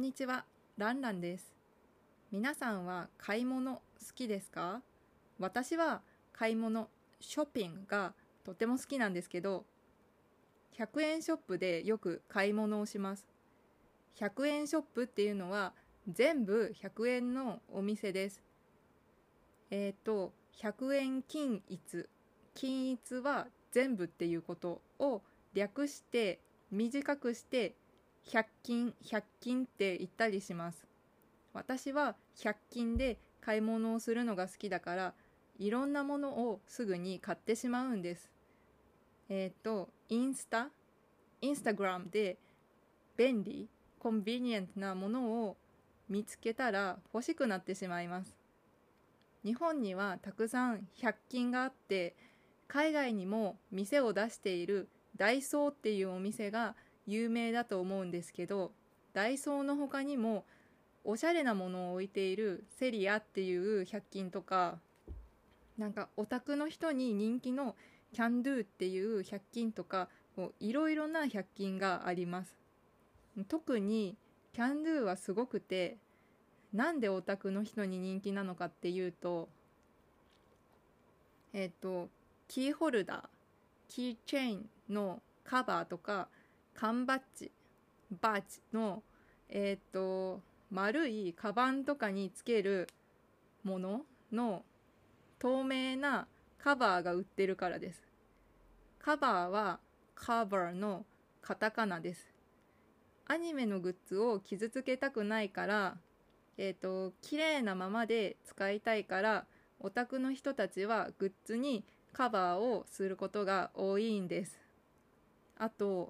にちは、ランランです。皆さんは買い物好きですか？私は買い物、ショッピングがとても好きなんですけど、100円ショップでよく買い物をします。100円ショップっていうのは全部100円のお店です。100円均一。均一は全部っていうことを略して短くして100均って言ったりします。私は100均で買い物をするのが好きだから、いろんなものをすぐに買ってしまうんです。インスタグラムで便利、コンビニエントなものを見つけたら欲しくなってしまいます。日本にはたくさん100均があって、海外にも店を出しているダイソーっていうお店が有名だと思うんですけど、ダイソーの他にもおしゃれなものを置いているセリアっていう100均とか、なんかオタクの人に人気のキャンドゥっていう100均とか、いろいろな100均があります。特にキャンドゥはすごくて、なんでオタクの人に人気なのかっていうと、キーホルダー、キーチェーンのカバーとか、缶バッジ、バッジの、丸いカバンとかにつけるものの透明なカバーが売ってるからです。カバーはカバーのカタカナです。アニメのグッズを傷つけたくないから、綺麗なままで使いたいから、オタクの人たちはグッズにカバーをすることが多いんです。あと、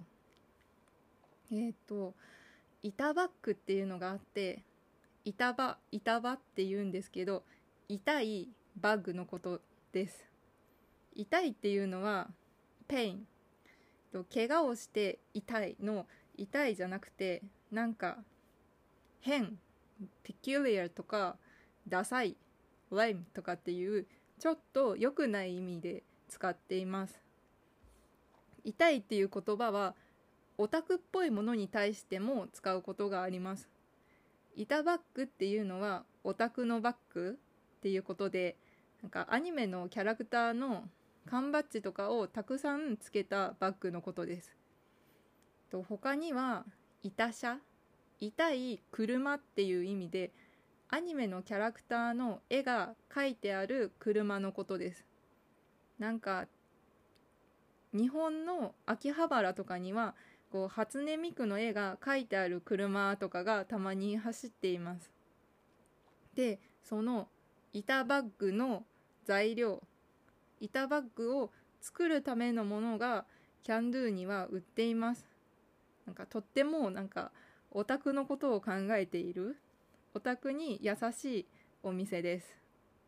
板バッグっていうのがあって、板場って言うんですけど、痛いバッグのことです。痛いっていうのはペイン、怪我をして痛いの痛いじゃなくて、なんか変、peculiar とかダサい、lame とかっていうちょっと良くない意味で使っています。痛いっていう言葉はオタクっぽいものに対しても使うことがあります。板バッグっていうのはオタクのバッグっていうことで、なんかアニメのキャラクターの缶バッジとかをたくさんつけたバッグのことです。他には痛車、痛い車っていう意味で、アニメのキャラクターの絵が描いてある車のことです。なんか日本の秋葉原とかには初音ミクの絵が描いてある車とかがたまに走っています。で、その板バッグの材料、板バッグを作るためのものがキャンドゥには売っています。なんかとってもなんかオタクのことを考えている、オタクに優しいお店です。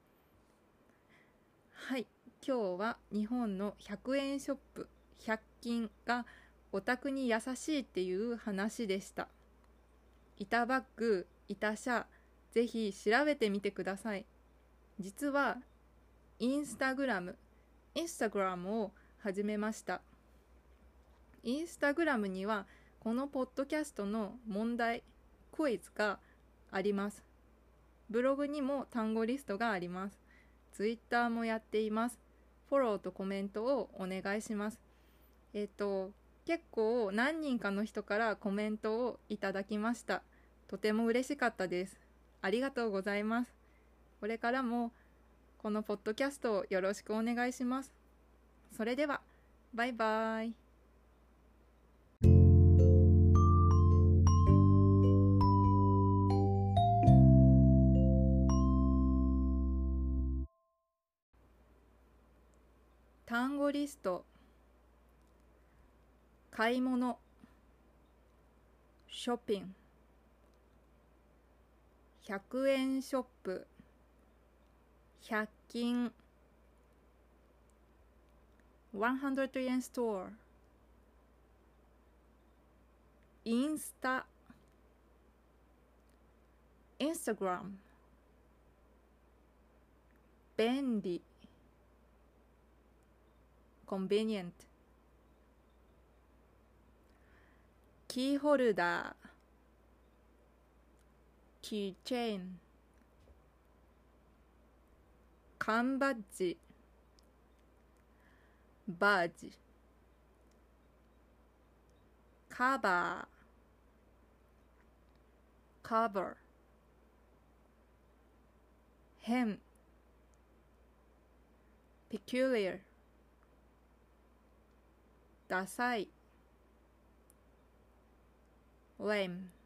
はい、今日は日本の100円ショップ、100均がオタクに優しいっていう話でした。板バッグ、板車、ぜひ調べてみてください。実はインスタグラムを始めました。インスタグラムにはこのポッドキャストの問題、クイズがあります。ブログにも単語リストがあります。ツイッターもやっています。フォローとコメントをお願いします。結構何人かの人からコメントをいただきました。とても嬉しかったです。ありがとうございます。これからもこのポッドキャストをよろしくお願いします。それでは、バイバイ。単語リスト、買い物、ショッピング、100円ショップ、100均、100円ストア、インスタ、インスタグラム、便利、コンビニエント、キーホルダー、 キーチェーン、缶バッジ、バージ、カバー、カバー、変、peculiar、ダサい、lame、